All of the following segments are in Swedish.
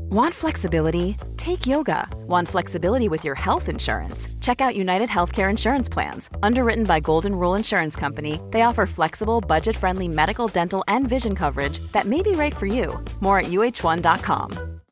Want flexibility? Take yoga. Want flexibility with your health insurance? Check out United Healthcare Insurance Plans. Underwritten by Golden Rule Insurance Company, they offer flexible, budget-friendly medical, dental, and vision coverage that may be right for you. More at uh1.com.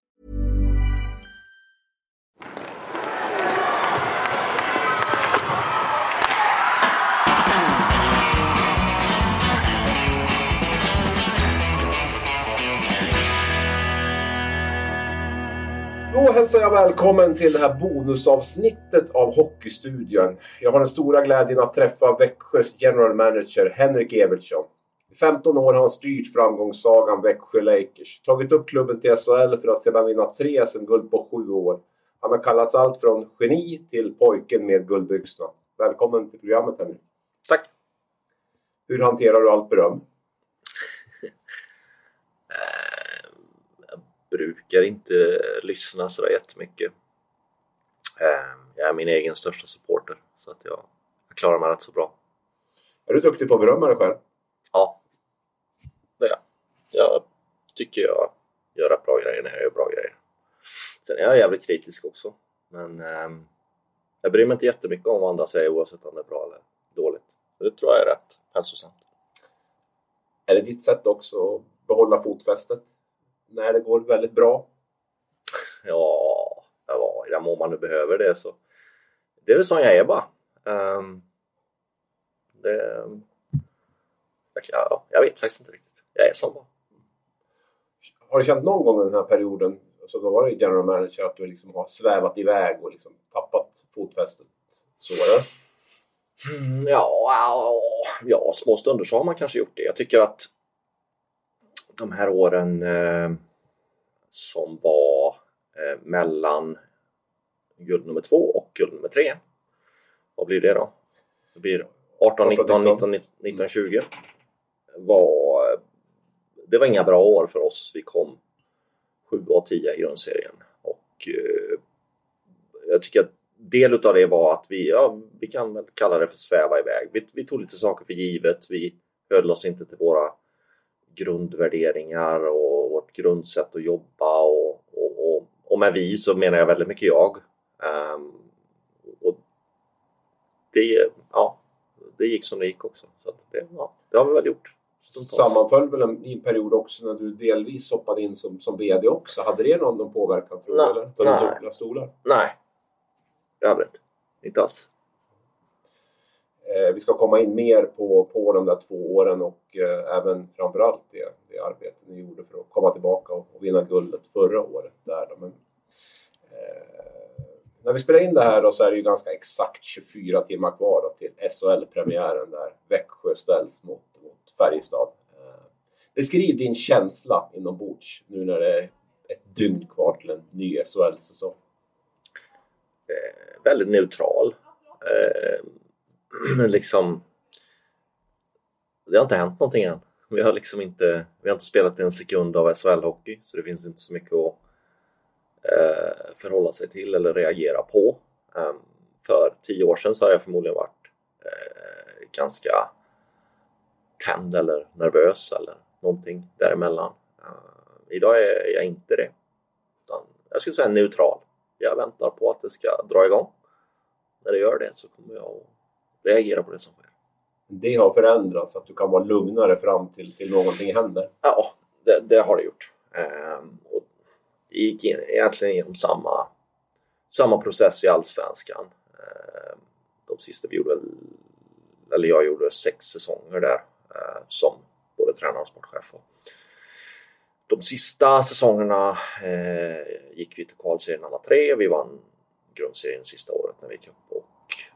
Då hälsar jag välkommen till det här bonusavsnittet av Hockeystudion. Jag har den stora glädjen att träffa Växjös general manager Henrik Evertsson. I 15 år har han styrt framgångssagan Växjö Lakers. Tagit upp klubben till SHL för att sedan vinna 3 SM-guld på 7 år. Han har kallats allt från geni till pojken med guldbyxorna. Välkommen till programmet, Henrik. Tack. Hur hanterar du allt beröm? Brukar inte lyssna så jättemycket. Jag är min egen största supporter, så att jag klarar mig rätt så bra. Är du duktig på att berömma dig själv? Ja, det är jag. Jag tycker jag gör rätt bra grejer när jag gör bra grejer. Sen är jag jävligt kritisk också. Men jag bryr mig inte jättemycket om vad andra säger, oavsett om det är bra eller dåligt. Det tror jag är rätt hälsosamt. Är det ditt sätt också att behålla fotfästet när det går väldigt bra? Ja, i den mån man nu behöver det, så det är väl som jag är bara. Jag vet faktiskt inte riktigt. Jag är som bara. Har du känt någon gång i den här perioden, så då var det general manager, att du liksom har svävat iväg och liksom tappat fotfästet? Så är det? Ja, små stunder så har man kanske gjort det. Jag tycker att de här åren som var mellan guld nummer 2 och guld nummer 3. Vad blir det då? Det blir 18, 19, 20. Det var inga bra år för oss. Vi kom 7 och 10 i grundserien. Och jag tycker att del av det var att vi kan väl kalla det för sväva iväg. Vi tog lite saker för givet. Vi höll oss inte till våra grundvärderingar och vårt grundsätt att jobba. Och med vi så menar jag väldigt mycket jag. Och det gick som det gick också. Så att det har vi väl gjort. Sammanföll väl i en period också när du delvis hoppade in som vd också. Hade det någon påverkan, tror du? Eller? Nej. Stolar? Nej, det hade det inte alls. Vi ska komma in mer på de där 2 åren och även framförallt det arbete ni gjorde för att komma tillbaka och vinna guldet förra året. Men när vi spelar in det här då, så är det ju ganska exakt 24 timmar kvar då, till SHL-premiären där Växjö ställs mot Färjestad. Beskriv din känsla inombords nu när det är ett dygn kvar till en ny SHL-säsong. Väldigt neutral. Liksom, det har inte hänt någonting än. Vi har inte spelat en sekund av SHL-hockey, så det finns inte så mycket att förhålla sig till eller reagera på. För 10 år sedan så har jag förmodligen varit ganska tänd eller nervös eller någonting däremellan. Idag är jag inte det. Utan jag skulle säga neutral. Jag väntar på att det ska dra igång. När det gör det så kommer jag att reagera på det som sker. Det har förändrats, att du kan vara lugnare fram till någonting händer? Ja, det har det gjort. Och det gick egentligen genom samma process i Allsvenskan. De sista jag gjorde 6 säsonger där som både tränare och sportchef. De sista säsongerna gick vi till kvalserien alla 3. Vi vann grundserien sista året när vi gick upp, och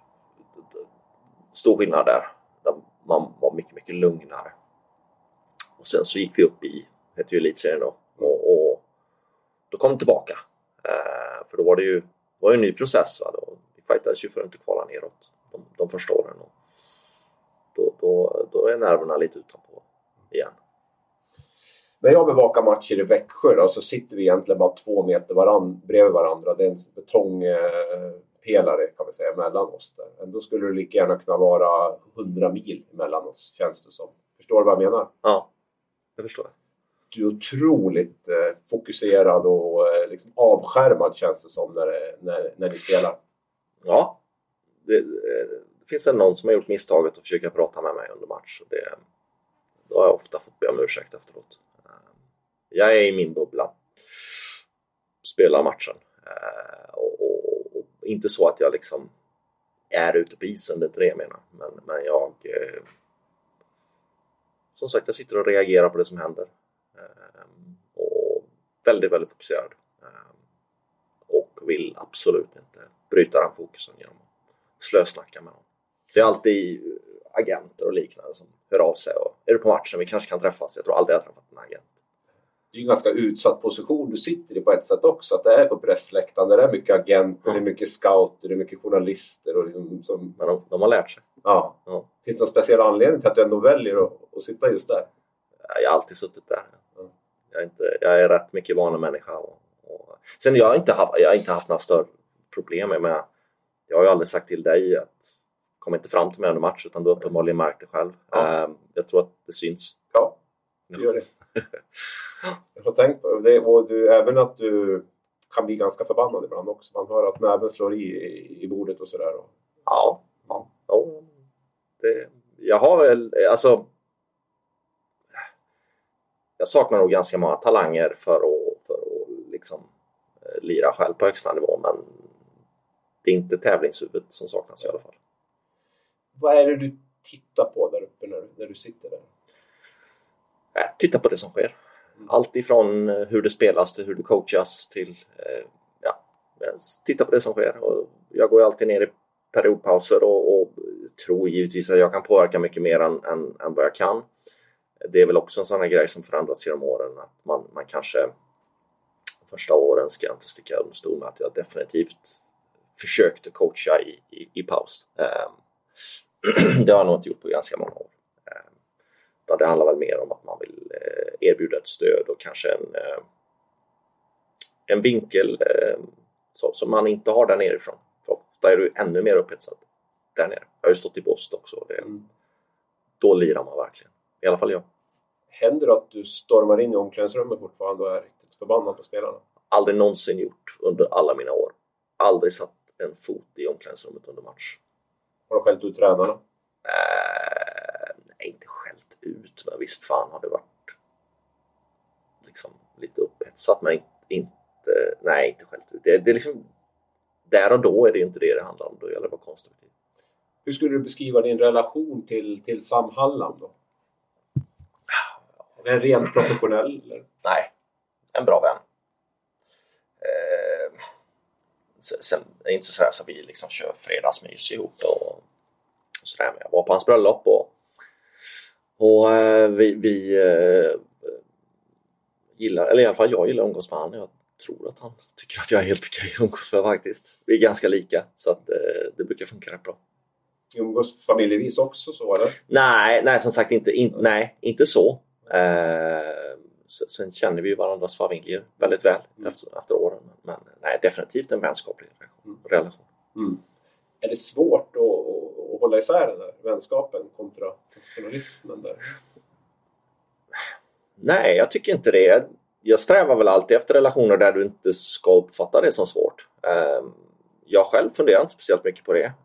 stor skillnad där man var mycket, mycket lugnare. Och sen så gick vi upp hette ju elitserien då, och då kom vi tillbaka. För då var det ju en ny process, va? Vi fightades ju för att inte kvala neråt de första åren, och då är nerverna lite utanpå igen. När jag bevakar matcher i Växjö då, så sitter vi egentligen bara 2 meter bredvid varandra. Det är en betongpelare kan vi säga mellan oss där. Ändå skulle det lika gärna kunna vara 100 mil mellan oss, känns det som. Förstår du vad jag menar? Ja, jag förstår. du är otroligt fokuserad och liksom avskärmad, känns det som, när ni spelar. Ja, det finns väl någon som har gjort misstaget att försöka prata med mig under match. Då har jag ofta fått be om ursäkt efteråt. Jag är i min bubbla. Spelar matchen. Och inte så att jag liksom är ute på isen, det är inte det jag menar. Men jag... som sagt, jag sitter och reagerar på det som händer. Och väldigt, väldigt fokuserad. Och vill absolut inte bryta den fokusen genom att slösnacka med dem. Det är alltid agenter och liknande som hör av sig. Och är du på matchen? Vi kanske kan träffas. Jag tror aldrig jag har träffat en agent. Det är en ganska utsatt position du sitter i på ett sätt också. Att det är på pressläktaren. Det är mycket agenter, det är mycket scouter, det är mycket journalister. Och liksom, Men de har lärt sig. Ja. Finns det någon speciell anledning till att du ändå väljer att sitta just där? Jag har alltid suttit där. Jag är rätt mycket vanemänniska. Sen jag har inte haft några större problem med. Jag har ju aldrig sagt till dig att kom inte fram till mig under match, utan du uppenbarligen märkt det själv. Ja. Jag tror att det syns. Ja, det gör det. Jag har tänkt på det. Och även att du kan bli ganska förbannad ibland också. Man hör att näven slår i bordet och sådär. Ja. Jag har väl, alltså... Jag saknar nog ganska många talanger för att liksom lira själv på högsta nivå, men det är inte tävlingshuvudet som saknas i alla fall. Vad är det du tittar på där uppe när du sitter där? Jag tittar på det som sker. Allt ifrån hur det spelas till hur det coachas till jag tittar på det som sker. Och jag går alltid ner i periodpauser och tror givetvis att jag kan påverka mycket mer än vad jag kan. Det är väl också en sån här grej som förändras genom åren, att man kanske första åren ska jag inte sticka under stol med att jag definitivt försökte coacha i paus. Det har jag nog inte gjort på ganska många år. Det handlar väl mer om att man vill erbjuda ett stöd och kanske en vinkel som man inte har där nerifrån. För ofta är du ännu mer upphetsad där nere. Jag har ju stått i Bost också. Då lirar man verkligen. I alla fall jag. Händer det att du stormar in i omklädningsrummet fortfarande och är riktigt förbannad på spelarna? Aldrig någonsin gjort under alla mina år. Aldrig satt en fot i omklädningsrummet under match. Har du skällt ut tränarna? Nej, inte skällt ut. Men visst fan har det varit liksom lite upphetsat. Men inte skällt ut. Det är liksom, där och då är det ju inte det handlar om. Då gäller det att vara konstruktiv. Hur skulle du beskriva din relation till Sam Hallam då? Är den rent professionell? Eller? Nej, en bra vän. Sen är det inte så att vi liksom kör fredagsmys ihop och sådär. Men jag var på hans bröllop och vi gillar, eller i alla fall jag gillar att umgås med han. Jag tror att han tycker att jag är helt okej att umgås med faktiskt. Vi är ganska lika, så att det brukar funka rätt bra. Umgås familjevis också så, eller? Nej, som sagt inte så. Sen känner vi ju varandras familjer väldigt väl efter åren. Men nej, definitivt en vänskaplig relation. Är det svårt att hålla isär den där vänskapen kontra professionalismen där? Nej, jag tycker inte det. Jag strävar väl alltid efter relationer där du inte ska uppfatta det som svårt. Jag själv funderar inte speciellt mycket på det.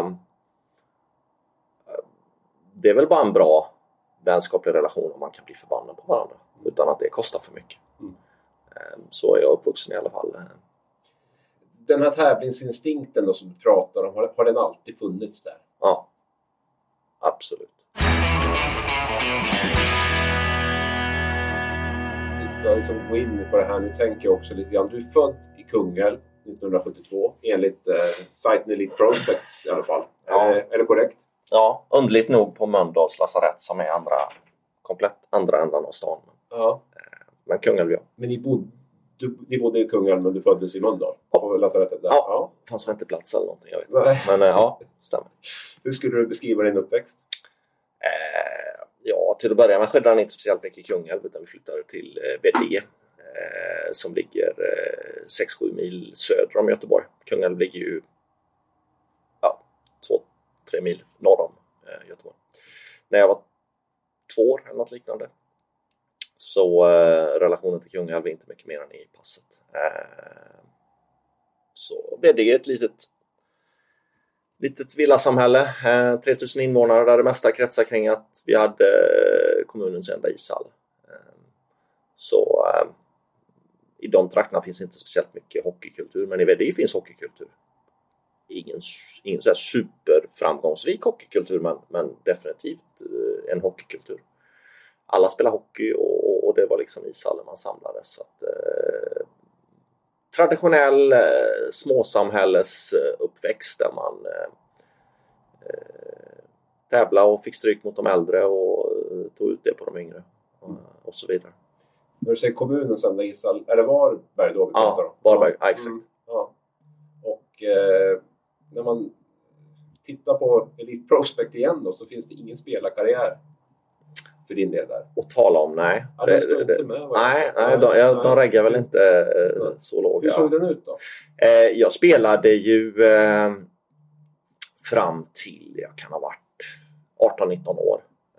Det är väl bara en bra vänskaplig relation om man kan bli förbannad på varandra utan att det kostar för mycket. Så är jag uppvuxen i alla fall. Den här tävlingsinstinkten då som du pratar om, har den alltid funnits där? Ja, absolut. Vi ska liksom gå in på det här. Nu tänker jag också lite grann. Du är född i Kungälv 1972 enligt sajten Elite Prospects i alla fall. Ja. Är det korrekt? Ja, underligt nog på Mölndals lasarett som är komplett andra ändan av stan. Ja. Men Kungälv, ja. Men ni bodde i Kungälv men du föddes i Mölndal? På lasarettet där? Ja, fanns väl inte plats eller någonting, jag vet inte. Men ja, stämmer. Hur skulle du beskriva din uppväxt? Ja, till att börja med skedde han inte speciellt mycket i Kungälv utan vi flyttade till Vedlige som ligger 6-7 mil söder om Göteborg. Kungälv ligger ju 2-3 mil norr om Göteborg. När jag var 2 år eller något liknande Så relationen till Kungälv är inte mycket mer än i passet. Så det är ett litet villasamhälle, 3000 invånare, där det mesta kretsar kring att vi hade kommunens enda ishall. Så i de trakterna finns inte speciellt mycket hockeykultur, men i Veddige finns hockeykultur. Ingen så här superframgångsrik hockeykultur, men definitivt en hockeykultur. Alla spelar hockey och det var liksom ishallen man samlades. Så att, traditionell småsamhälles uppväxt där man tävlade och fick stryk mot de äldre och tog ut det på de yngre och så vidare. När du säger kommunens enda ishall, är det Varberg då vi pratar om? Ja, Varberg, ja, exakt. Ja. Och när man tittar på Elite Prospect igen då, så finns det ingen spelarkarriär för din del där. Och tala om, nej. Ja, det står inte med. De reggar väl inte så låga. Hur såg den ut då? Jag spelade ju fram till, jag kan ha varit 18-19 år.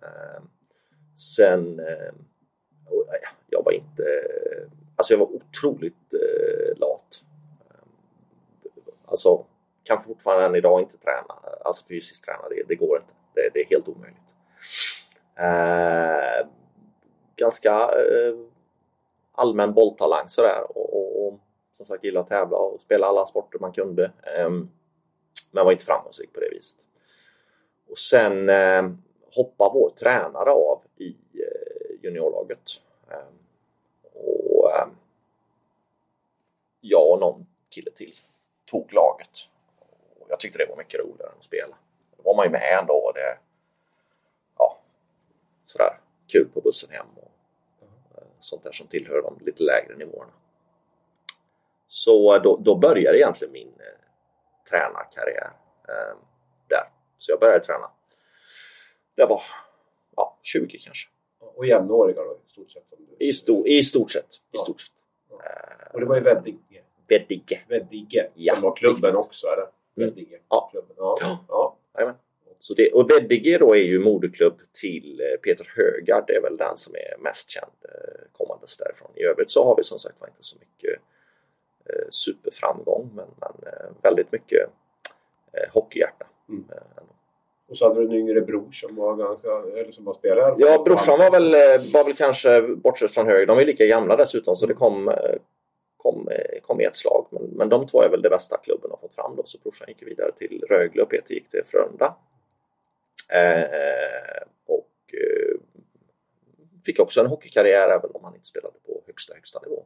Sen jag var inte, alltså jag var otroligt lat. Alltså kan fortfarande än idag inte träna, alltså fysiskt träna, det går inte. Det är helt omöjligt. Ganska allmän bolltalang sådär, och som sagt gillar att tävla och spela alla sporter man kunde, men var inte framgångsrik på det viset. Och sen hoppade vår tränare av i juniorlaget, och jag och någon kille till tog laget, och jag tyckte det var mycket roligare än att spela. Då var man ju med ändå, och det sådär kul på bussen hem och sånt där som tillhör de lite lägre nivåerna. Så då började egentligen min tränarkarriär där. Så jag började träna. Det var 20 kanske. Och jämnåriga då i stort sett? I stort sett. Och det var ju Veddige ja, som var klubben riktigt. Också, är det? Veddige. Ja. Klubben. Ja. Amen. Så och Veddige då är ju moderklubb till Peter Högard. Det är väl den som är mest känd kommandes därifrån. I övrigt så har vi som sagt inte så mycket superframgång, men väldigt mycket hockeyhjärta. Och så hade du en yngre bror som var ganska, eller som var spelare. Ja, brorsan var väl kanske bortsett från Högard. De är lika gamla dessutom, så det kom i ett slag. Men de två är väl det bästa klubben har fått fram då. Så brorsan gick vidare till Rögle och Peter gick till Frölunda. Och fick också en hockeykarriär, även om han inte spelade på högsta nivå.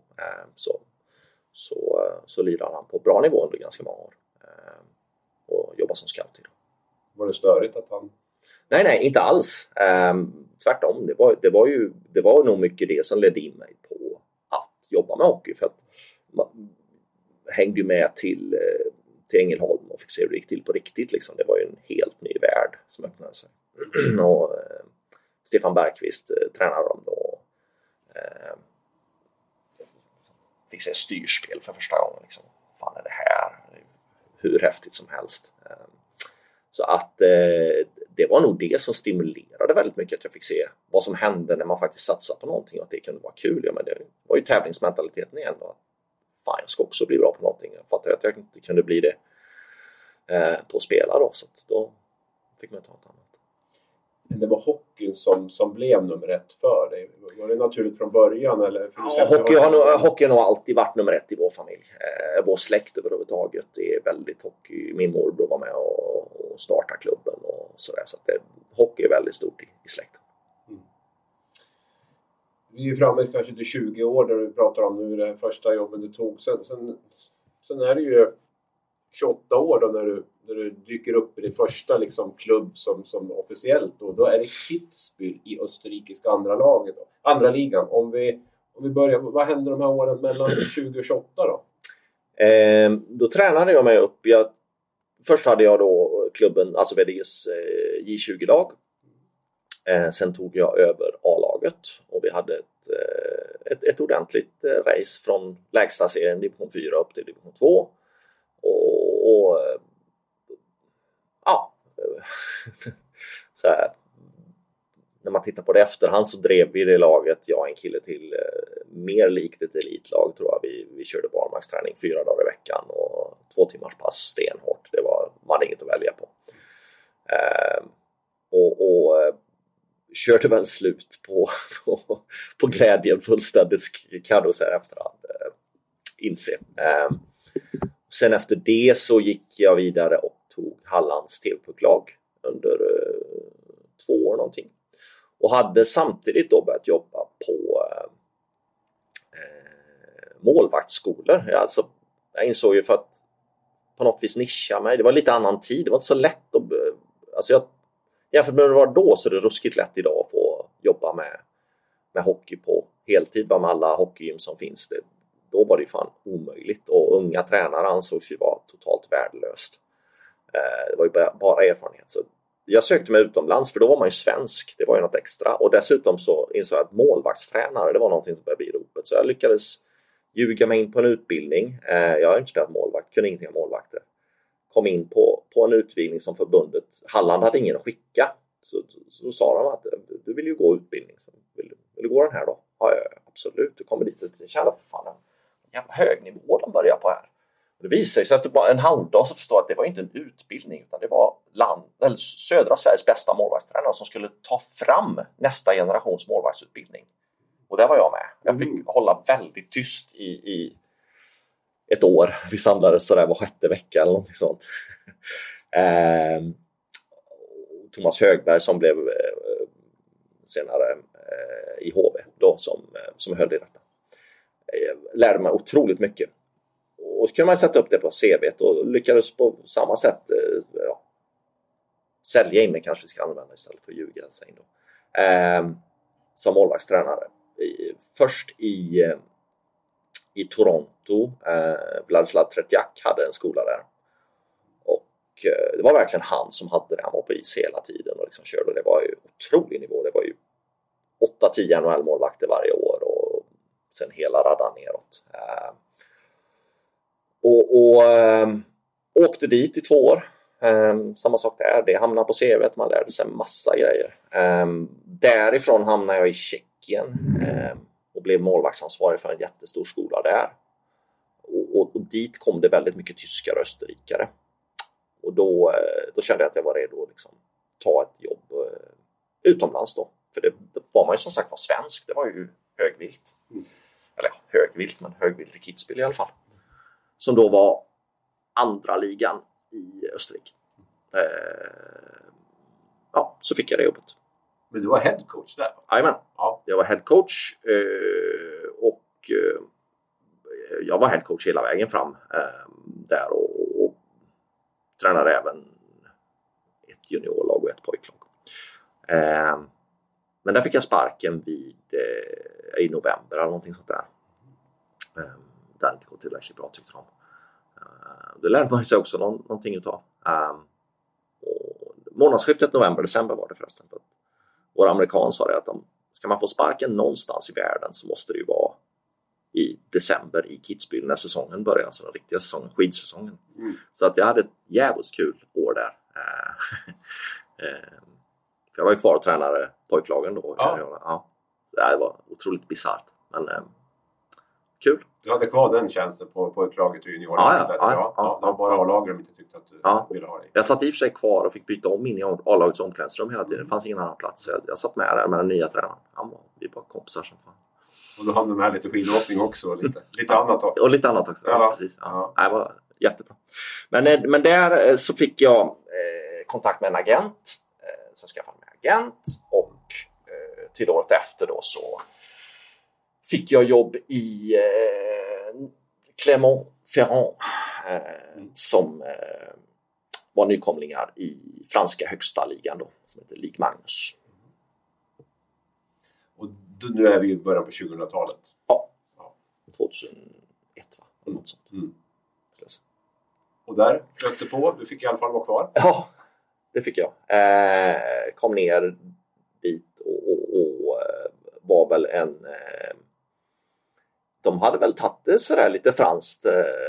Så lirade han på bra nivå under ganska många år. Och jobbade som scout idag. Var det störigt att han... Nej, inte alls. Tvärtom, det var nog mycket det som ledde in mig på att jobba med hockey. För att man hängde ju med till Ängelholm och fick se hur det gick till på riktigt. Liksom. Det var ju en helt ny värld som öppnade sig. Och Stefan Bergqvist tränade dem då. Fick se styrspel för första gången. Liksom. Fan är det här? Hur häftigt som helst. Så att det var nog det som stimulerade väldigt mycket, att jag fick se vad som hände när man faktiskt satsade på någonting och att det kunde vara kul. Ja, men det var ju tävlingsmentaliteten igen då. Fan, jag ska också bli bra på någonting. Jag fattade att jag inte kunde bli det på att spela då, så att då fick man ta ett annat. Det var hockeyn som blev nummer ett för dig. Var det naturligt från början? Eller? Hockey har nog alltid varit nummer ett i vår familj. Vår släkt överhuvudtaget är väldigt hockey. Min morbror var med och startade klubben och sådär. Så att hockey är väldigt stort i släkten. Vi är framme kanske till 20 år där du pratar om nu det första jobben du tog. Sen är det ju 28 år då när du dyker upp i din första liksom klubb som officiellt då är det Kitzbühel i österrikiska andra ligan. Om vi börjar, vad hände de här åren mellan 20 och 28 då? Då tränade jag mig upp. Först hade jag då klubben, alltså Veddiges J20-lag. Sen tog jag över A-laget och vi hade ett ordentligt race från lägsta serien division 4 upp till division 2. Och ja, så här, när man tittar på det efterhand så drev vi det laget, jag och en kille till, mer likt ett elitlag tror jag. Vi körde barmarksträning 4 dagar i veckan och 2 timmars pass stenhårt. Man hade inget att välja på. Och körde väl slut på glädjen fullständigt, kan jag då säga efterhand inse. Sen efter det så gick jag vidare och tog Hallands TV-pucklag under 2 år någonting. Och hade samtidigt då börjat jobba på målvaktsskolor. Alltså, jag insåg ju för att på något vis nischa mig. Det var lite annan tid. Det var inte så lätt att... Alltså jämfört med det var då så är det ruskigt lätt idag att få jobba med hockey på heltid. Med alla hockeygym som finns. Då var det ju fan omöjligt. Och unga tränare ansågs ju vara totalt värdelöst. Det var ju bara erfarenhet. Så jag sökte mig utomlands för då var man ju svensk. Det var ju något extra. Och dessutom så insåg jag att målvaktstränare, det var någonting som började bli ropet. Så jag lyckades ljuga mig in på en utbildning. Jag har inte ställt målvakt, kunde ingenting om målvakter. Kom in på en utbildning som förbundet. Halland hade ingen att skicka. Så sa de att du vill ju gå utbildning. Så vill du gå den här då? Ja, absolut. Du kommer dit och känner fan en jävla hög nivå de börjar på här. Det visade sig att det var en halvdag så förstod jag att det var inte en utbildning utan det var södra Sveriges bästa målvaktstränare som skulle ta fram nästa generations målvaktsutbildning. Och där var jag med. Jag fick hålla väldigt tyst i ett år. Vi samlades sådär var 6:e vecka eller någonting sånt. Thomas Högberg som blev senare i HV då som höll i detta. Lärde mig otroligt mycket. Och så kunde man sätta upp det på CV:t och lyckades på samma sätt sälja in mig, kanske vi ska använda istället för att ljuga sig då. Som målvaktstränare. Först i Toronto, Vladislav Tretjak hade en skola där. Och det var verkligen han som hade det. Han var på is hela tiden och liksom körde. Det var ju otrolig nivå. Det var ju 8-10 NHL-målvakter varje år och sen hela radan neråt. Och åkte dit i 2 år. Samma sak där. Det hamnade på CV:t. Man lärde sig en massa grejer. Därifrån hamnade jag i Tjeckien. Och blev målvaktsansvarig för en jättestor skola där. Och dit kom det väldigt mycket tyskar och österrikare. Och då kände jag att jag var redo att liksom ta ett jobb utomlands då. För det var man ju som sagt var svensk. Det var ju högvilt. Eller högvilt, men högvilt i Kitzbühel i alla fall. Som då var andra ligan i Österrike. Så fick jag det jobbet. Men du var headcoach där? Jajamän. Ja. Jag var headcoach och jag var headcoach hela vägen fram där och tränade även ett juniorlag och ett pojklag. Men där fick jag sparken i november eller någonting sånt där. Där inte gått tillräckligt bra tyckte de. Det lärde man sig också någonting utav. Månadsskiftet november-december var det förresten. För vår amerikan sa det att ska man få sparken någonstans i världen så måste det ju vara i december i Kitzbühel när säsongen börjar. Alltså den riktiga säsongen, skidsäsongen. Så att jag hade ett jävligt kul år där. För jag var ju kvar och tränade pojklagen då. Ja. Det var otroligt bizarrt. Men kul. Du hade kvar den tjänsten på pojklaget och juniorlaget? Ja. Det var bara A-laget de inte tyckte att du ville ha dig. Jag satt i och för sig kvar och fick byta om in i A-lagets omklädningsrum hela tiden. Det fanns ingen annan plats. Jag satt med där med den nya tränaren. Vi var kompisar som fan. Och då hade de här lite skidåkning också. Lite annat också. Och lite annat också. Ja, precis. Ja. Det var jättebra. Men där så fick jag kontakt med en agent. Så skaffade jag mig agent. Och till året efter då så fick jag jobb i Clermont-Ferrand som var nykomlingar i franska högsta ligan då, som heter Ligue Magnus. Och nu är vi i början på 2000-talet. Ja. 2001 va? Eller något sånt. Och där kröp det på. Du fick i alla fall vara kvar. Ja, det fick jag. Kom ner dit och var väl de hade väl tagit det sådär lite franskt.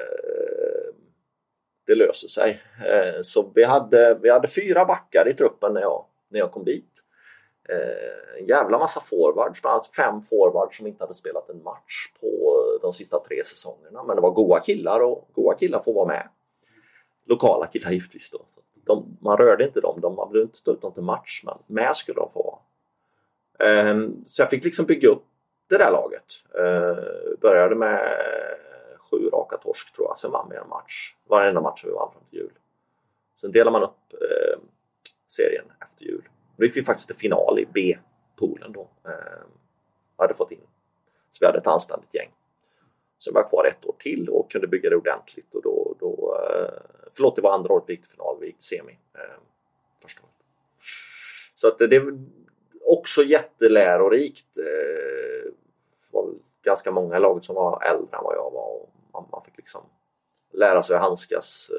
Det löser sig. Så vi hade 4 backar i truppen när jag kom dit. En jävla massa forwards, bland annat 5 forwards som inte hade spelat en match på de sista 3 säsongerna. Men det var goda killar och goda killar får vara med. Lokala killar givetvis då. Så man rörde inte dem, de hade inte stått ut till match, men med skulle de få vara. Så jag fick liksom bygga upp det där laget. Började med 7 raka torsk tror jag, sen vann vi en match. Varenda match vi vann fram till jul. Sen delar man upp serien efter jul. Då gick vi faktiskt till final i B-poolen då. Hade fått in. Så vi hade ett anständigt gäng. Så var jag kvar 1 år till och kunde bygga det ordentligt. Och det var andra året vi gick till final, vi gick till semi. Första året. Så att det också jättelärorikt. Det var väl ganska många i laget som var äldre än vad jag var. Och man fick liksom lära sig att handskas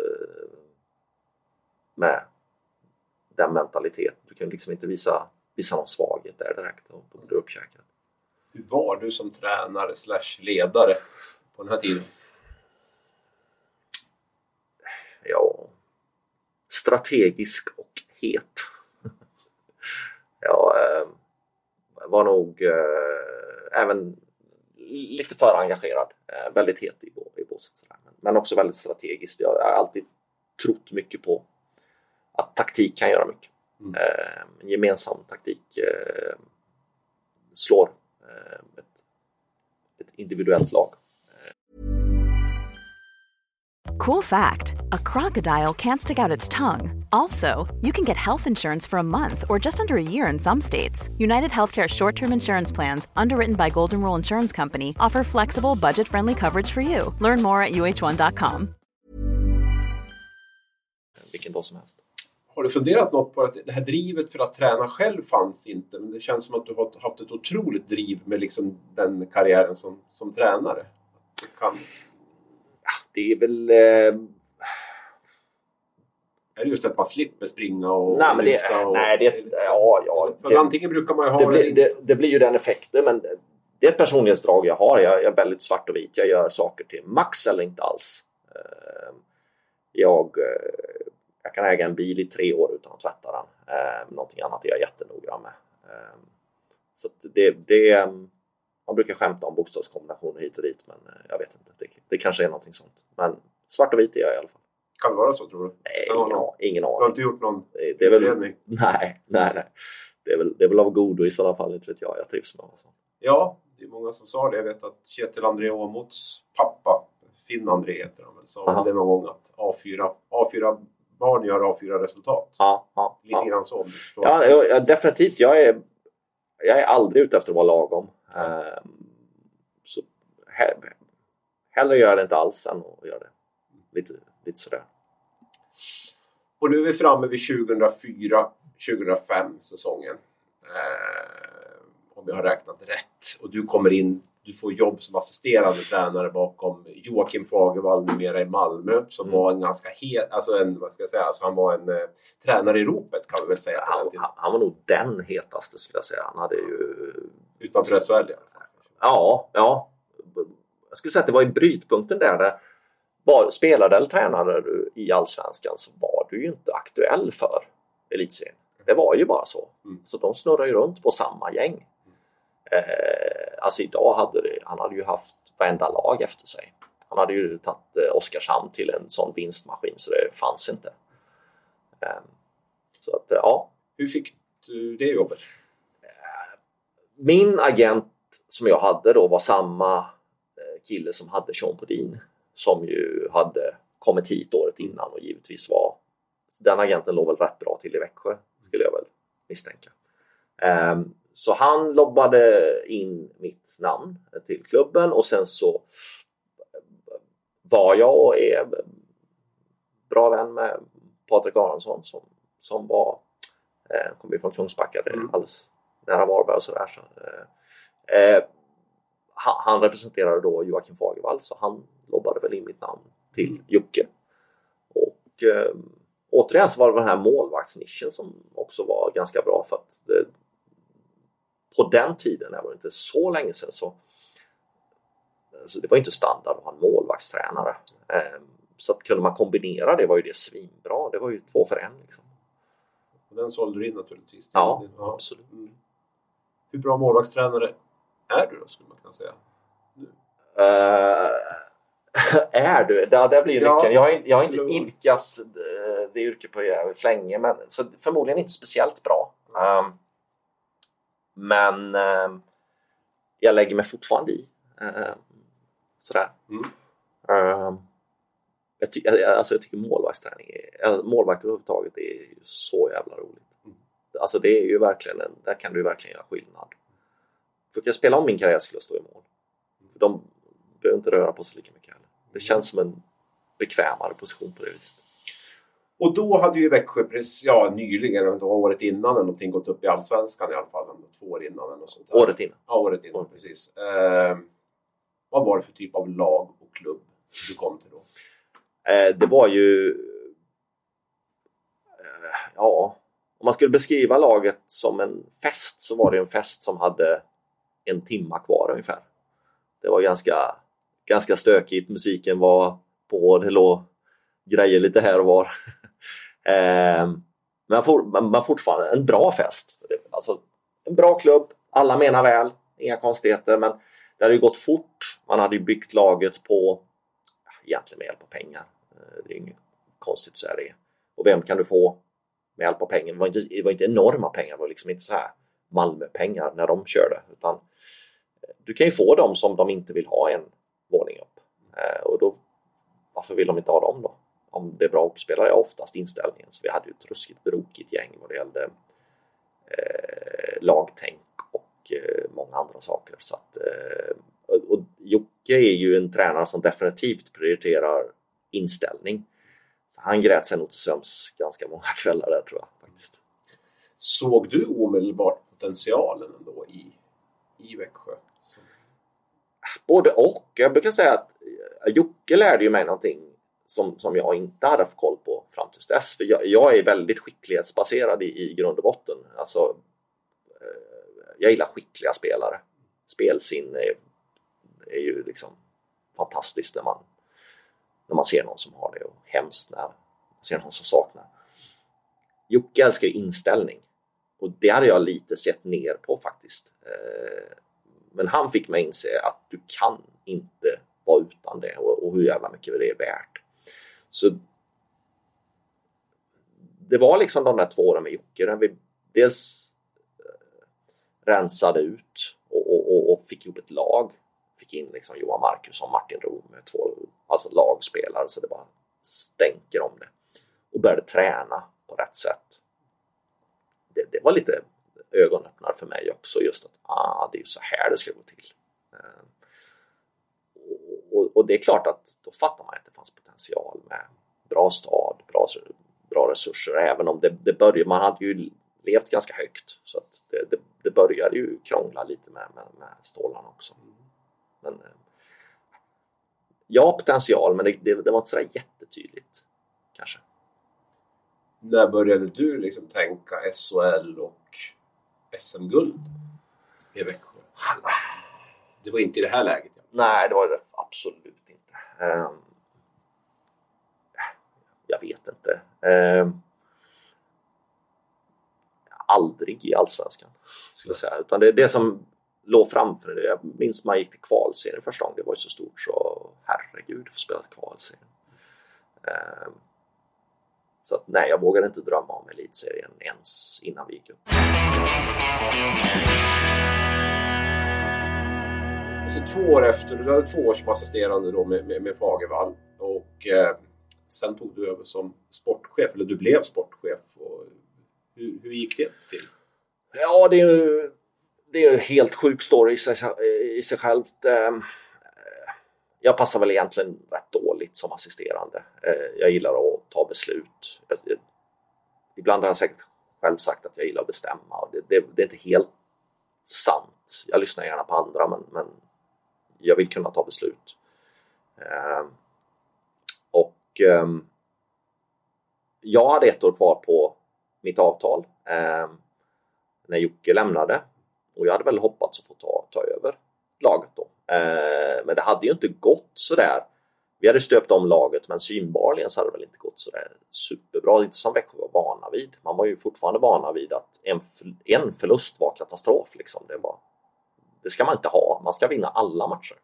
med den mentaliteten. Du kunde liksom inte visa någon svaghet där direkt. Och då blev du uppkäkad. Hur var du som tränare / ledare på den här tiden? Ja, strategisk och het. Jag var nog även lite för engagerad. Väldigt het i båset. Men också väldigt strategiskt. Jag har alltid trott mycket på att taktik kan göra mycket. En gemensam taktik slår ett individuellt lag. Cool fact, a crocodile can't stick out its tongue. Also, you can get health insurance for a month or just under a year in some states. United Healthcare short-term insurance plans, underwritten by Golden Rule Insurance Company, offer flexible, budget-friendly coverage for you. Learn more at uh1.com. Vilken dag som helst. Har du funderat något på att det här drivet för att träna själv fanns inte? Men det känns som att du har haft ett otroligt driv med liksom den karriären som tränare. Det är väl... Är det just att man slipper springa och lyfta? För antingen brukar man ju ha... Det blir ju den effekten, men det är ett personlighetsdrag jag har. Jag är väldigt svart och vit. Jag gör saker till max eller inte alls. Jag kan äga en bil i 3 år utan att tvätta den. Någonting annat är jag jättenoggrann med. Så det man brukar skämta om bokstavskombinationer hit och dit, men jag vet inte. Det kanske är någonting sånt. Men svart och vit är jag i alla fall. Kan det vara så, tror du? Nej, ingen aning. Du har inte gjort någon utredning? Nej. Det är väl av godo i sådana fall, inte vet jag. Jag trivs med det. Ja, det är många som sa det. Jag vet att Kjetil André Åmots pappa, Finn André heter han väl, sa det någon gång att A4 barn gör A4-resultat. Ja. Lite grann så. Ja, definitivt. Jag är aldrig ute efter att vara lagom. Så hellre gör det inte alls än att göra det lite sådär. Och nu är vi framme vid 2004-2005 säsongen. Om jag har räknat rätt. Och du kommer in, du får jobb som assisterande tränare bakom Joakim Fagervall numera i Malmö, som var en ganska han var en tränare i ropet, kan vi väl säga. Han var nog den hetaste, skulle jag säga. Han hade ju... Utanför SHL. Ja. Jag skulle säga att det var i brytpunkten där spelade eller tränade du i Allsvenskan, så var du ju inte aktuell för elitserien. Det var ju bara så. Så de snurrar ju runt på samma gäng. Alltså idag han hade ju haft varenda lag efter sig. Han hade ju tagit Oskarshamn till en sån vinstmaskin, så det fanns inte. Så att, ja. Hur fick du det jobbet? Min agent som jag hade då var samma kille som hade Sean Podin, som ju hade kommit hit året innan och givetvis var... Den agenten låg väl rätt bra till i Växjö, skulle jag väl misstänka. Så han lobbade in mitt namn till klubben, och sen så var jag och är bra vän med Patrik Aronsson som var kom från Kungsbacka, alldeles nära Varberg och sådär. Han representerade då Joakim Fagervall, så han lobbade väl in mitt namn till Jocke. Och återigen så var det den här målvaktsnischen som också var ganska bra, för att på den tiden, det var inte så länge sedan, så det var inte standard att ha en målvaktstränare. Så att kunde man kombinera det, var ju det svinbra. Det var ju 2 för 1 liksom. Och den sålde du in naturligtvis. Ja, absolut. Hur bra målvaktstränare är du då, skulle man kunna säga? Är du? Det blir nyckeln. Jag har inte idkat det yrket på jävligt länge, men så förmodligen inte speciellt bra. Men jag lägger mig fortfarande i. Sådär. Jag tycker målvaktsträning målvakt överhuvudtaget är ju så jävla roligt. Alltså det är ju verkligen där kan du verkligen göra skillnad. För jag spela om min karriär skulle jag stå i mål. För de behöver inte röra på sig lika mycket heller. Det känns som en bekvämare position på det viset. Och då hade ju Växjö nyligen, året innan eller någonting, gått upp i Allsvenskan i alla fall. 2 år innan eller något sånt här. Året innan. Ja, året innan, precis. Vad var det för typ av lag och klubb du kom till då? Det var ju... om man skulle beskriva laget som en fest så var det en fest som hade 1 timme kvar ungefär. Det var ganska stökigt. Musiken var på, det låg grejer lite här och var. Men fortfarande en bra fest. Alltså en bra klubb, alla menar väl, inga konstigheter, men det hade ju gått fort. Man hade ju byggt laget på egentligen med hjälp av pengar. Det är inget konstigt så är det. Och vem kan du få med hjälp av pengar? Det var inte enorma pengar, det var liksom inte så här Malmö-pengar när de körde, utan du kan ju få dem som de inte vill ha en våning upp. Och då, varför vill de inte ha dem då? Om det är bra hockeyspelare är oftast inställningen. Så vi hade ju ett ruskigt brokigt gäng vad det gällde lagtänk och många andra saker. Så att, och Jocke är ju en tränare som definitivt prioriterar inställning. Så han grät sig nog till söms ganska många kvällar där, tror jag faktiskt. Såg du omedelbart potentialen ändå i Växjö? Både och. Jag brukar säga att Jocke lärde ju mig någonting som jag inte hade fått koll på fram till dess. För jag är väldigt skicklighetsbaserad i grund och botten. Alltså, jag gillar skickliga spelare. Spelsinne är ju liksom fantastiskt när man ser någon som har det, och hemskt när man ser någon som saknar. Jocke älskar ju inställning. Och det hade jag lite sett ner på faktiskt. Men han fick mig inse att du kan inte vara utan det, och hur jävla mycket det är värt. Så det var liksom de där 2 åren med Jocke där vi dels rensade ut och fick ihop ett lag. Fick in liksom Johan Marcus och Martin Rom med 2 lagspelare, så det bara stänker om det. Och började träna på rätt sätt. Det var lite ögonöppnare för mig också, just att det är ju så här det ska gå till. Och det är klart att då fattar man att det fanns potential med bra stad, bra resurser, även om det började, man hade ju levt ganska högt, så att det började ju krångla lite med stålarna också. Men ja, potential, men det var inte så jättetydligt kanske. När började du liksom tänka SHL och SM-guld i Växjö? Det var inte i det här läget. Nej, det var det absolut inte. Jag vet inte. Aldrig i Allsvenskan, skulle jag säga. Utan det som låg framför det. Jag minns man gick till kvalserien första gången. Det var ju så stort, så herregud, att få spela kvalserien. Så att, nej, jag vågade inte drömma om elitserien ens innan vi gick upp. Så 2 år efter, du hade 2 år som assisterande då med Fagervall, och sen tog du över som sportchef, eller du blev sportchef. Och hur gick det till? Ja, det är en helt sjuk story i sig självt. Jag passar väl egentligen rätt dåligt som assisterande. Jag gillar att ta beslut. Ibland har jag säkert själv sagt att jag gillar att bestämma. Det är inte helt sant. Jag lyssnar gärna på andra, men jag vill kunna ta beslut. Jag hade 1 år kvar på mitt avtal när Jocke lämnade. Och jag hade väl hoppats att få ta över laget då. Men det hade ju inte gått så där Vi hade stöpt om laget, men synbarligen så hade det väl inte gått så där superbra. Inte som Växjö var vana vid. Man var ju fortfarande vana vid att en förlust var katastrof. Liksom. Det ska man inte ha. Man ska vinna alla matcher.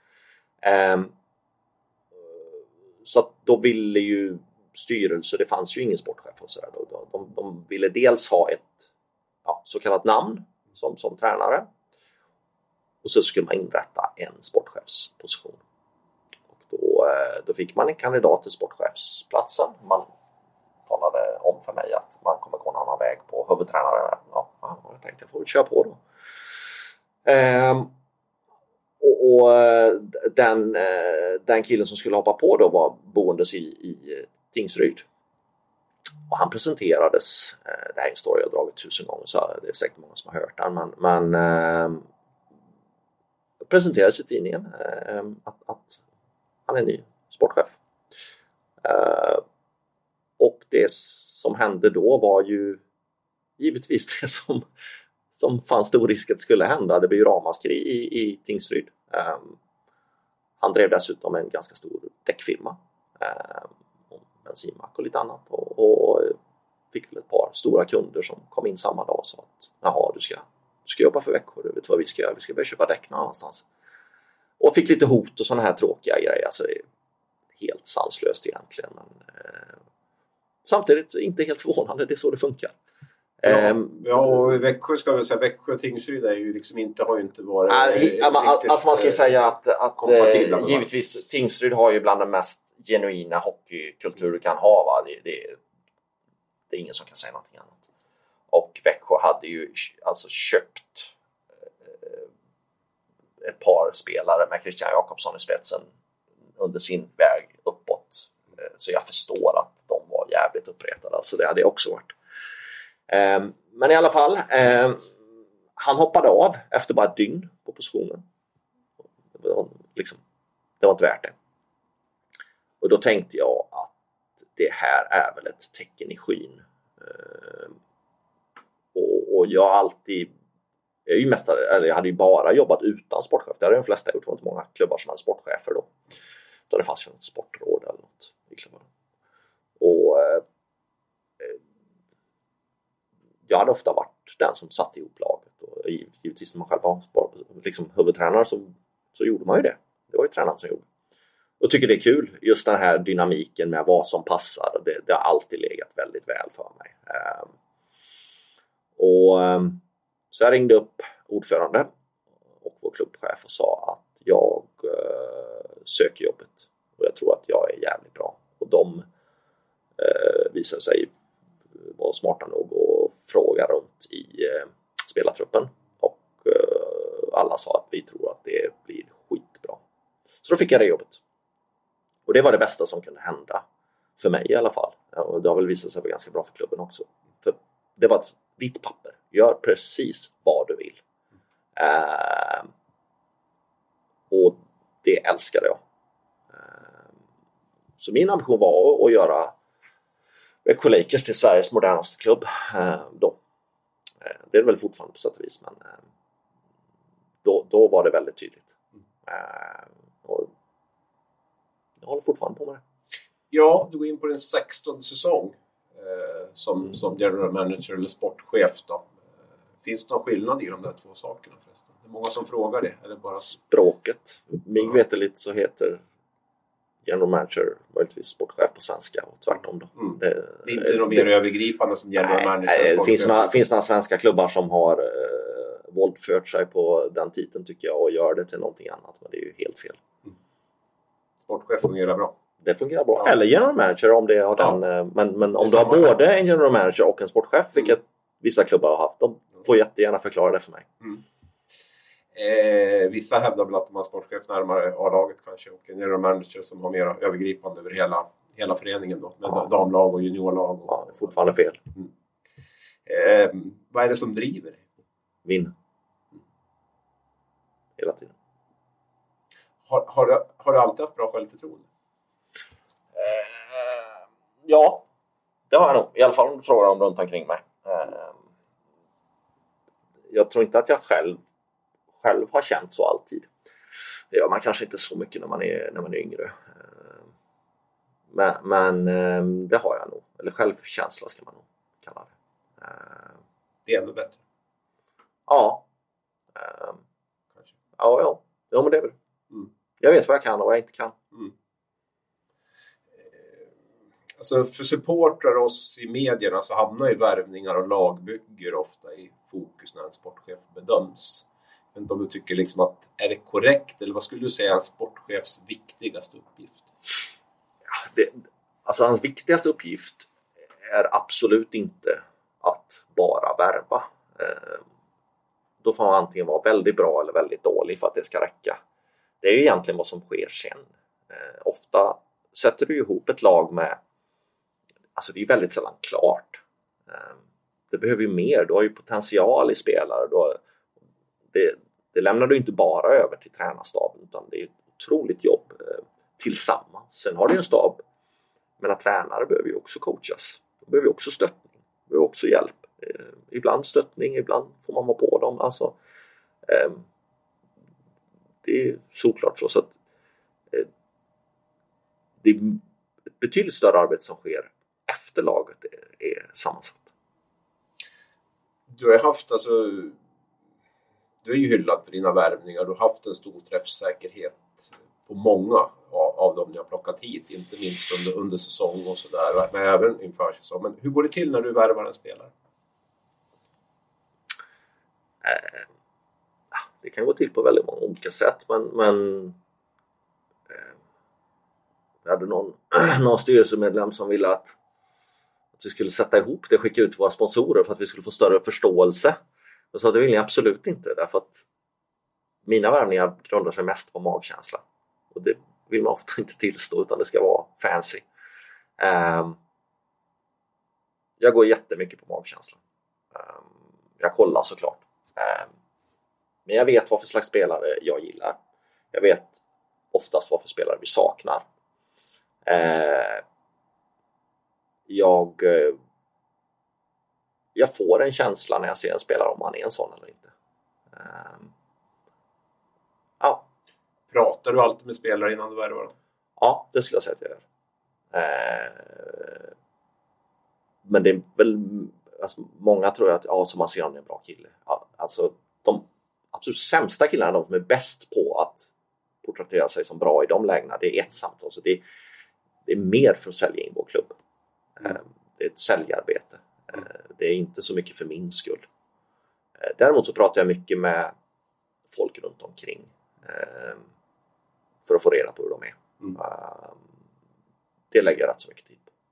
Så att då ville ju styrelse, det fanns ju ingen sportchef och så där. De ville dels ha ett så kallat namn som tränare. Och så skulle man inrätta en sportchefsposition. Då fick man en kandidat till sportchefsplatsen. Man talade om för mig att man kommer gå en annan väg på huvudtränare. Ja, jag tänkte jag får köra på då. Den killen som skulle hoppa på då var boendes i Tingsryd. Och han presenterades, det här är en story jag har dragit 1000 gånger så det är säkert många som har hört den. Men presenterades i tidningen att han är ny sportchef. Och det som hände då var ju givetvis det som fanns stor risk att skulle hända. Det blev ju ramaskri i Tingsryd. Han drev dessutom en ganska stor däckfirma. Bensinmack och lite annat. Och fick väl ett par stora kunder som kom in samma dag och sa att jaha, du ska jobba för Växjö. Du vet vad vi ska göra. Vi ska börja köpa däck någonstans. Och fick lite hot och sådana här tråkiga grejer. Alltså det är helt sanslöst egentligen. Men, samtidigt inte helt förvånande. Det är så det funkar. Ja, och Växjö ska väl säga, Växjö och Tingsryd är ju liksom har ju inte varit alltså man ska ju säga att givetvis Tingsryd har ju bland den mest genuina hockeykultur du kan ha, va? Det är ingen som kan säga någonting annat. Och Växjö hade ju alltså köpt ett par spelare med Christian Jakobsson i spetsen under sin väg uppåt. Så jag förstår att de var jävligt uppretade. Alltså det hade också varit. Men i alla fall, han hoppade av efter bara ett dygn på positionen. Det var inte värt det. Och då tänkte jag att det här är väl ett tecken i skyn. Och jag hade ju bara jobbat utan sportchef. Det hade de flesta gjort. Det var inte många klubbar som hade sportchefer då. Då det fanns ju något sportråd eller något i klubbarna. Och jag hade ofta varit den som satt ihop laget. Och givetvis när man själv var huvudtränare så gjorde man ju det. Det var ju tränaren som gjorde. Och tycker det är kul. Just den här dynamiken med vad som passar. Det har alltid legat väldigt väl för mig. Så jag ringde upp ordförande och vår klubbchef och sa att jag söker jobbet. Och jag tror att jag är jävligt bra. Och de visade sig vara smarta nog och fråga runt i spelartruppen. Och alla sa att vi tror att det blir skitbra. Så då fick jag det jobbet. Och det var det bästa som kunde hända. För mig i alla fall. Och det har väl visat sig vara ganska bra för klubben också. För det var ett vitt papper. Gör precis vad du vill. Och det älskade jag. Så min ambition var att göra Växjö Lakers till Sveriges modernaste klubb då. Det är väl fortfarande på sätt och vis, men då var det väldigt tydligt. Och jag håller fortfarande på med det. Ja, du går in på din 16:e säsong som general manager eller sportchef då. Finns det någon skillnad i de där två sakerna förresten? Det är många som frågar det. Eller bara... Språket. Mig veterligt så heter general manager möjligtvis sportchef på svenska och tvärtom då. Det är inte de mer övergripande som general manager. Det finns några svenska klubbar som har våldfört sig på den titeln tycker jag och gör det till någonting annat, men det är ju helt fel. Sportchef fungerar bra. Det fungerar bra. Ja. Eller general manager om det har men om du har både en general manager och en sportchef, vilket vissa klubbar har haft, de får jättegärna förklara det för mig. Vissa hävdar väl att de har sportchef närmare A-laget kanske och en general manager som har mer övergripande över hela föreningen då, med damlag och juniorlag. Ja, det är fortfarande fel. Vad är det som driver dig? Vinn. Hela tiden. Har du alltid haft bra självförtroende? Ja, det har jag nog. I alla fall om du frågar om runt omkring mig. Jag tror inte att jag själv har känt så alltid. Det gör man kanske inte så mycket när man är yngre. Men det har jag nog. Eller självkänsla ska man nog kalla det. Det är ännu bättre. Ja. Kanske. Ja, men det är väl. Jag vet vad jag kan och vad jag inte kan. Alltså för supportrar och oss i medierna så hamnar ju värvningar och lagbygger ofta i fokus när en sportchef bedöms. Men om du tycker liksom att är det korrekt, eller vad skulle du säga är en sportchefs viktigaste uppgift? Alltså hans viktigaste uppgift är absolut inte att bara värva. Då får man antingen vara väldigt bra eller väldigt dålig för att det ska räcka. Det är ju egentligen vad som sker sen. Ofta sätter du ihop ett lag med, alltså det är väldigt sällan klart. Det behöver ju mer, du har ju potential i spelare. Det lämnar du inte bara över till tränarstaben, utan det är ett otroligt jobb tillsammans. Sen har du en stab, men att tränare behöver ju också coachas. De behöver ju också stöttning, de behöver också hjälp. Ibland stöttning, ibland får man vara på dem. Alltså, det är såklart så att det är ett betydligt större arbete som sker efter laget är sammansatt. Du har haft, alltså, du är ju hyllad för dina värvningar. Du har haft en stor träffsäkerhet på många av dem ni har plockat hit. Inte minst under säsong och sådär, men även inför säsong. Men hur går det till när du värvar en spelare? Det kan gå till på väldigt många olika sätt, men jag hade någon styrelsemedlem som ville att vi skulle sätta ihop det och skicka ut våra sponsorer för att vi skulle få större förståelse. Och så det vill jag absolut inte, därför att mina värvningar grundar sig mest på magkänsla. Och det vill man ofta inte tillstå, utan det ska vara fancy. Jag går jättemycket på magkänsla. Jag kollar såklart. Men jag vet vad för slags spelare jag gillar. Jag vet oftast vad för spelare vi saknar. Jag får en känsla när jag ser en spelare om han är en sån eller inte. Ja. Pratar du alltid med spelare innan du värvar dem? Ja, det skulle jag säga att jag gör. Men det är väl, alltså, många tror att som man ser han är en bra kille. Alltså de absolut sämsta killarna, de som är bäst på att porträttera sig som bra i de lägena, det är ett samtal. Så det är mer för att sälja in vår klubb. Det är ett säljarbete. Det är inte så mycket för min skull. Däremot så pratar jag mycket med folk runt omkring för att få reda på hur de är. Det lägger jag rätt så mycket tid på.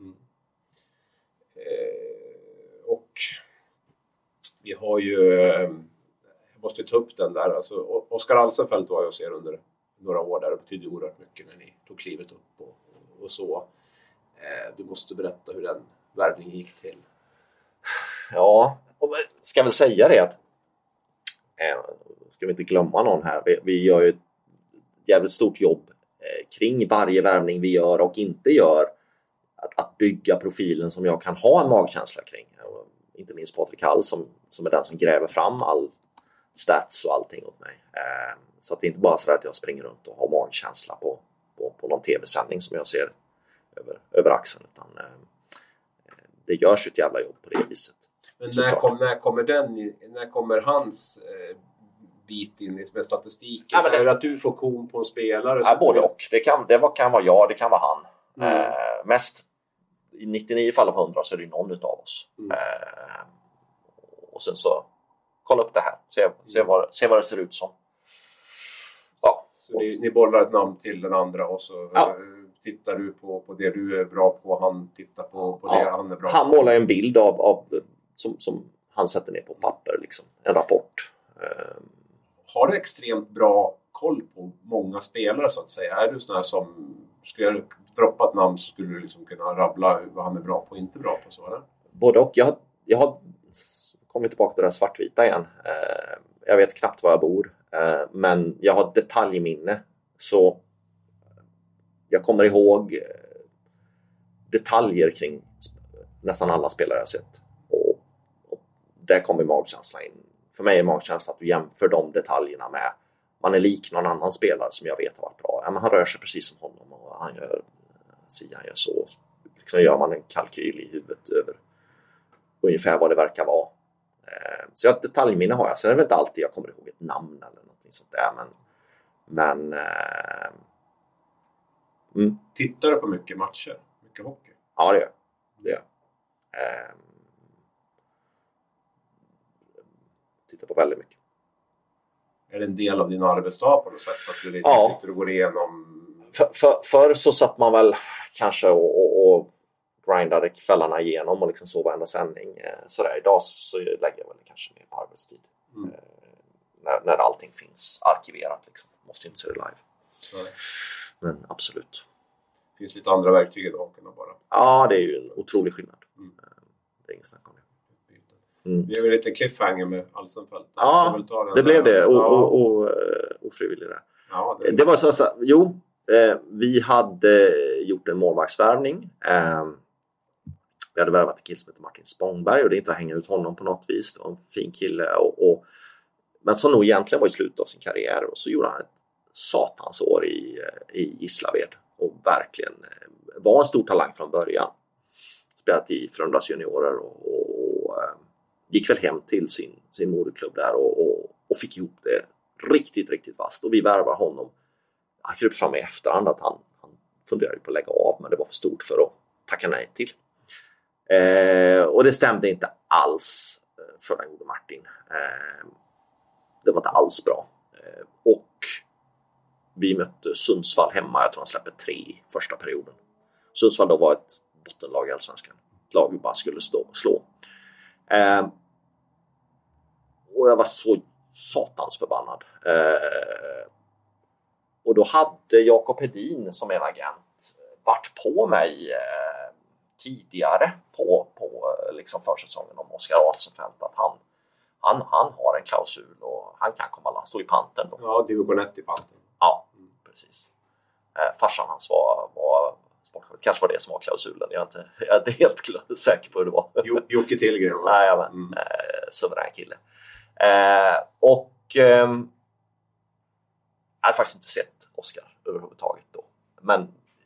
Och vi har ju, jag måste ta upp den där, alltså Oskar Alsenfelt var jag och ser under några år där, det betydde oerhört mycket när ni tog klivet upp och så. Du måste berätta hur den värvningen gick till. Ja, och ska väl säga det att ska vi inte glömma någon här. Vi gör ju ett jävligt stort jobb kring varje värvning vi gör och inte gör. Att bygga profilen som jag kan ha en magkänsla kring. Och inte minst Patrik Hall som är den som gräver fram all stats och allting åt mig. Så att det är inte bara så att jag springer runt och har magkänsla på någon tv-sändning som jag ser över axeln. Utan det görs ett jävla jobb på det viset. Men när kommer hans bit in med statistiken? Ja, är det att du får kon på en spelare? Ja, både och. Det kan vara jag, det kan vara han. Mest i 99 fall av 100 så är det någon utav oss. Och sen så kolla upp det här. Se vad det ser ut som. Ja. Så ni bollar ett namn till den andra och så tittar du på det du är bra på. Han tittar på det han är bra på. Han målar en bild av som han sätter ner på papper. Liksom. En rapport. Har du extremt bra koll på många spelare så att säga? Är du sån här som, skulle jag droppa ett namn så skulle du liksom kunna rabbla vad han är bra på och inte bra på, så eller? Både och. Jag har kommit tillbaka till det där svartvita igen. Jag vet knappt var jag bor. Men jag har detaljminne. Så jag kommer ihåg detaljer kring nästan alla spelare jag sett. Och där kommer magkänslan in. För mig är magkänslan att du jämför de detaljerna med man är lik någon annan spelare som jag vet har varit bra. Ja, men han rör sig precis som honom och han gör si han gör så. Liksom gör man en kalkyl i huvudet över ungefär vad det verkar vara. Så jag detaljminne har jag. Sen är det inte alltid jag kommer ihåg ett namn eller någonting sånt där. Men Tittar du på mycket matcher? Mycket hockey? Ja, det gör. Tittar på väldigt mycket. Är det en del av din arbetsdag på något sätt? Att du lite sitter och går igenom... Förr så satt man väl kanske och grindade kvällarna igenom och liksom sov varenda sändning. Sådär. Idag så lägger jag väl kanske mer på arbetstid. När allting finns arkiverat. Liksom. Måste inte se det live. Nej. Men absolut. Det finns lite andra verktyg i dagen bara. Ja, det är ju en otrolig skillnad. Det är ingen snack om det. Vi har väl lite cliffhanger med Alsenfelt. Ja, det blev det. Ofrivilligt där. Ja, det var så. Vi hade gjort en målvaktsvärvning. Vi hade värvat en kille som heter Martin Spångberg och det är inte att hänga ut honom på något vis. Det var en fin kille. Men som nog egentligen var i slutet av sin karriär. Och så gjorde han ett satansår i Gislaved. Och verkligen var en stor talang från början. Spelat i Frölundas juniorer och gick väl hem till sin moderklubb där och fick ihop det riktigt, riktigt fast. Och vi värvar honom. Han kryper fram i efterhand att han funderade på att lägga av, men det var för stort för att tacka nej till. Och det stämde inte alls för den gode Martin. Det var inte alls bra. Och vi mötte Sundsvall hemma. Jag tror han släppte 3 i första perioden. Sundsvall då var ett bottenlag i Allsvenskan. Ett lag vi bara skulle slå. Och jag var så satans förbannad. Och då hade Jakob Hedin som en agent varit på mig tidigare på liksom försäsongen om Oskar Alsenfelt att han har en klausul och han kan komma stå i panten då. Ja, division 1 i panten. Ja, precis. Farsan hans var sportchef. Kanske var det som var klausulen. Jag är inte helt säker på hur det var. Jocke Tillgren. Nej, men suverän kille. Jag hade faktiskt inte sett Oskar överhuvudtaget då. Men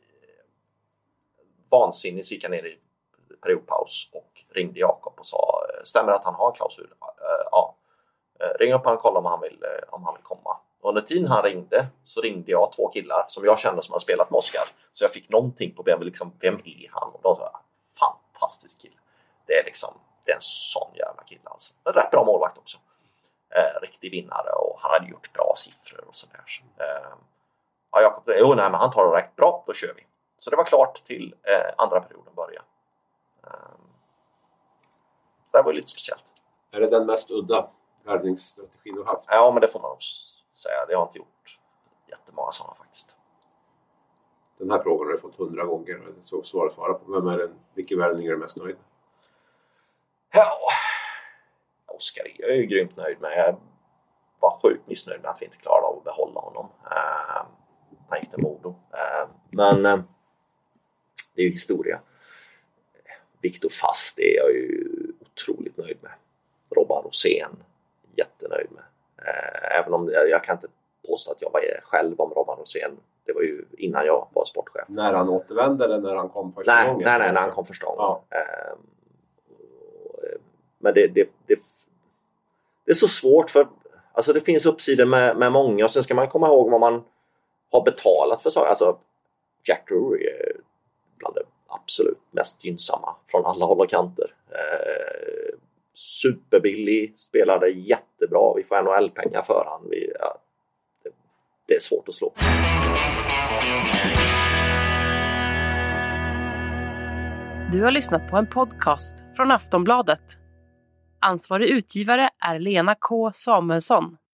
vansinnigt gick jag ner i periodpaus och ringde Jakob och sa, stämmer att han har en klausul? Ja. Ring upp och kolla om han vill komma. Och under tiden han ringde så ringde jag 2 killar som jag kände som hade spelat med Oskar. Så jag fick någonting på vem är han? Och de sa, fantastisk kille. Det är en sån jävla kille alltså. En rätt bra målvakt också. Riktig vinnare och han hade gjort bra siffror och sådär. Jakob, men han tar det rätt bra, då kör vi. Så det var klart till andra perioden börja. Det var lite speciellt. Är det den mest udda värvningsstrategin du har haft? Ja, men det får man nog säga. Det har inte gjort jättemånga sådana faktiskt. Den här frågan har du fått 100 gånger. Det är så svårt att svara på. Vilken värvning är du mest nöjd med? Ja, Oskar är jag ju grymt nöjd med. Jag var sjukt missnöjd med att vi inte klarade av att behålla honom. Han gick till Modo. Men det är ju historia. Viktor Fast är jag ju otroligt nöjd med. Robban Rosén, jättenöjd med. Även om jag kan inte påstå att jag var själv om Robban Rosén. Det var ju innan jag var sportchef. När han återvände eller när han kom första gången? Nej, när han kom första gången. Ja. Men det är så svårt för alltså det finns uppsidor med många och sen ska man komma ihåg vad man har betalat för saker. Alltså Jack Drury är bland det absolut mest gynnsamma från alla håll och kanter. Superbillig, spelade jättebra. Vi får NHL-pengar för han. Det är svårt att slå. Du har lyssnat på en podcast från Aftonbladet. Ansvarig utgivare är Lena K. Samuelsson.